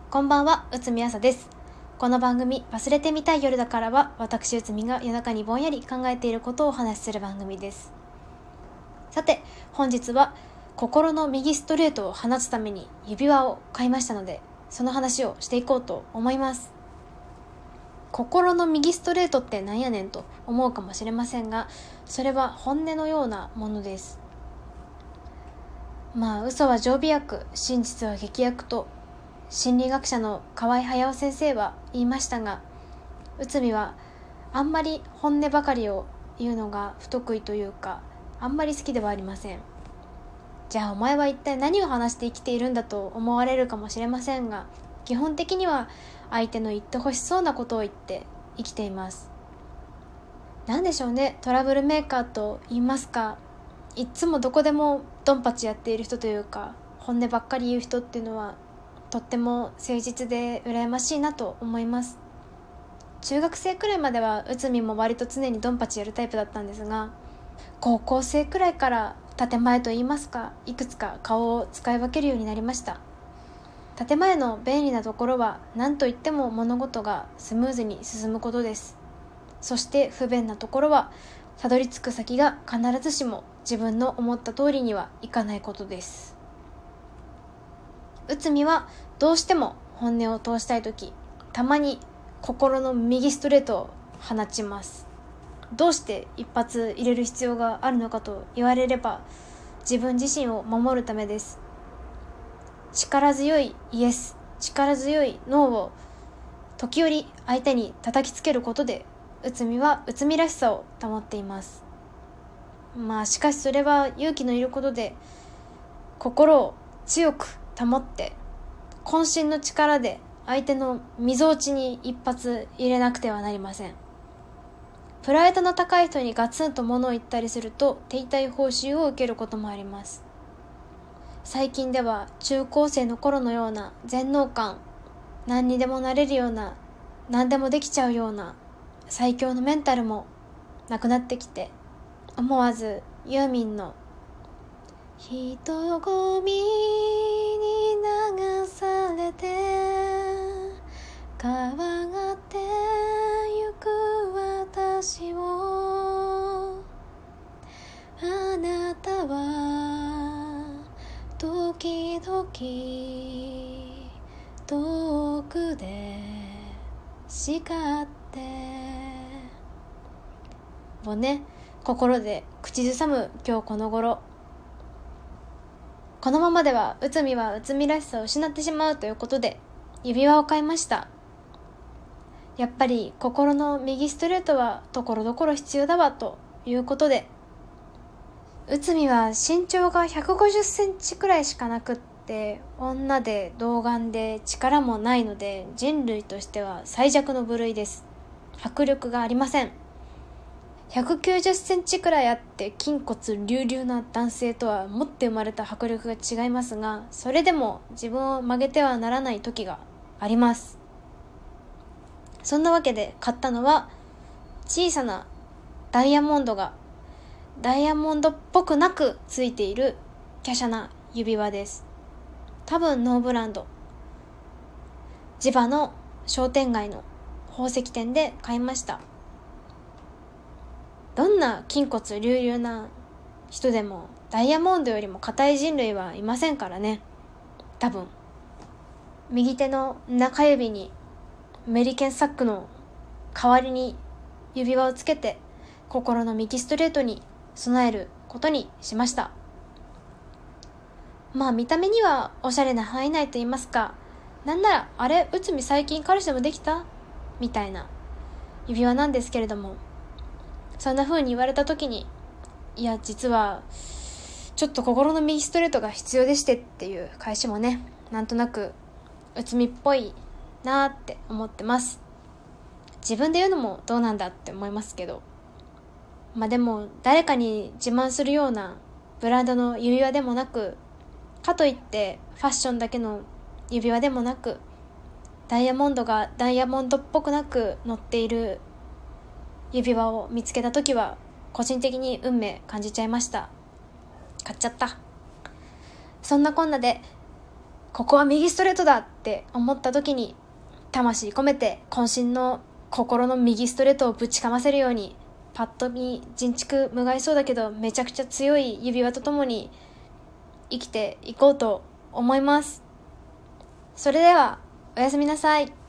こんばんは、内海朝です。この番組、忘れてみたい夜だからは、私内海が夜中にぼんやり考えていることをお話しする番組です。さて、本日は心の右ストレートを放つために指輪を買いましたので、その話をしていこうと思います。心の右ストレートってなんやねんと思うかもしれませんが、それは本音のようなものです。嘘は常備薬、真実は劇薬と心理学者の河合隼先生は言いましたが、内海はあんまり本音ばかりを言うのが不得意というか、あんまり好きではありません。じゃあお前は一体何を話して生きているんだと思われるかもしれませんが、基本的には相手の言ってほしそうなことを言って生きています。なんでしょうね、トラブルメーカーと言いますか、いつもどこでもドンパチやっている人というか、本音ばっかり言う人っていうのはとっても誠実で羨ましいなと思います。中学生くらいまでは内海も割と常にドンパチやるタイプだったんですが、高校生くらいから建前と言いますか、いくつか顔を使い分けるようになりました。建前の便利なところは何といっても物事がスムーズに進むことです。そして不便なところはたどり着く先が必ずしも自分の思った通りにはいかないことです。内海はどうしても本音を通したいとき、たまに心の右ストレートを放ちます。どうして一発入れる必要があるのかと言われれば、自分自身を守るためです。力強いイエス、力強いノーを時折相手に叩きつけることで、内海は内海らしさを保っています。しかしそれは勇気のいることで、心を強く保って渾身の力で相手の溝落ちに一発入れなくてはなりません。プライドの高い人にガツンと物を言ったりすると手痛い報酬を受けることもあります。最近では中高生の頃のような全能感、何にでもなれるような、何でもできちゃうような最強のメンタルもなくなってきて、思わずユーミンの人混みに流されて川がってゆく私を、あなたは時々遠くで叱ってをね、心で口ずさむ今日この頃。このままでは内海は内海らしさを失ってしまうということで指輪を買いました。やっぱり心の右ストレートはところどころ必要だわということで、内海は身長が150センチくらいしかなくって、女で童顔で力もないので人類としては最弱の部類です。迫力がありません。190センチくらいあって筋骨隆々な男性とは持って生まれた迫力が違いますが、それでも自分を曲げてはならない時があります。そんなわけで買ったのは小さなダイヤモンドがダイヤモンドっぽくなくついている華奢な指輪です。多分ノーブランド、地場の商店街の宝石店で買いました。どんな筋骨隆々な人でもダイヤモンドよりも硬い人類はいませんからね。多分右手の中指にメリケンサックの代わりに指輪をつけて心の右ストレートに備えることにしました。見た目にはおしゃれな範囲内と言いますか、なんならあれ内海最近彼氏でもできたみたいな指輪なんですけれども、そんな風に言われた時に、いや実はちょっと心の右ストレートが必要でしてっていう返しもね、なんとなく内海っぽいなーって思ってます。自分で言うのもどうなんだって思いますけど、でも誰かに自慢するようなブランドの指輪でもなく、かといってファッションだけの指輪でもなく、ダイヤモンドがダイヤモンドっぽくなく乗っている指輪を見つけたときは個人的に運命感じちゃいました。買っちゃった。そんなこんなでここは右ストレートだって思った時に、魂込めて渾身の心の右ストレートをぶちかませるように、パッと見人畜無害そうだけどめちゃくちゃ強い指輪とともに生きていこうと思います。それではおやすみなさい。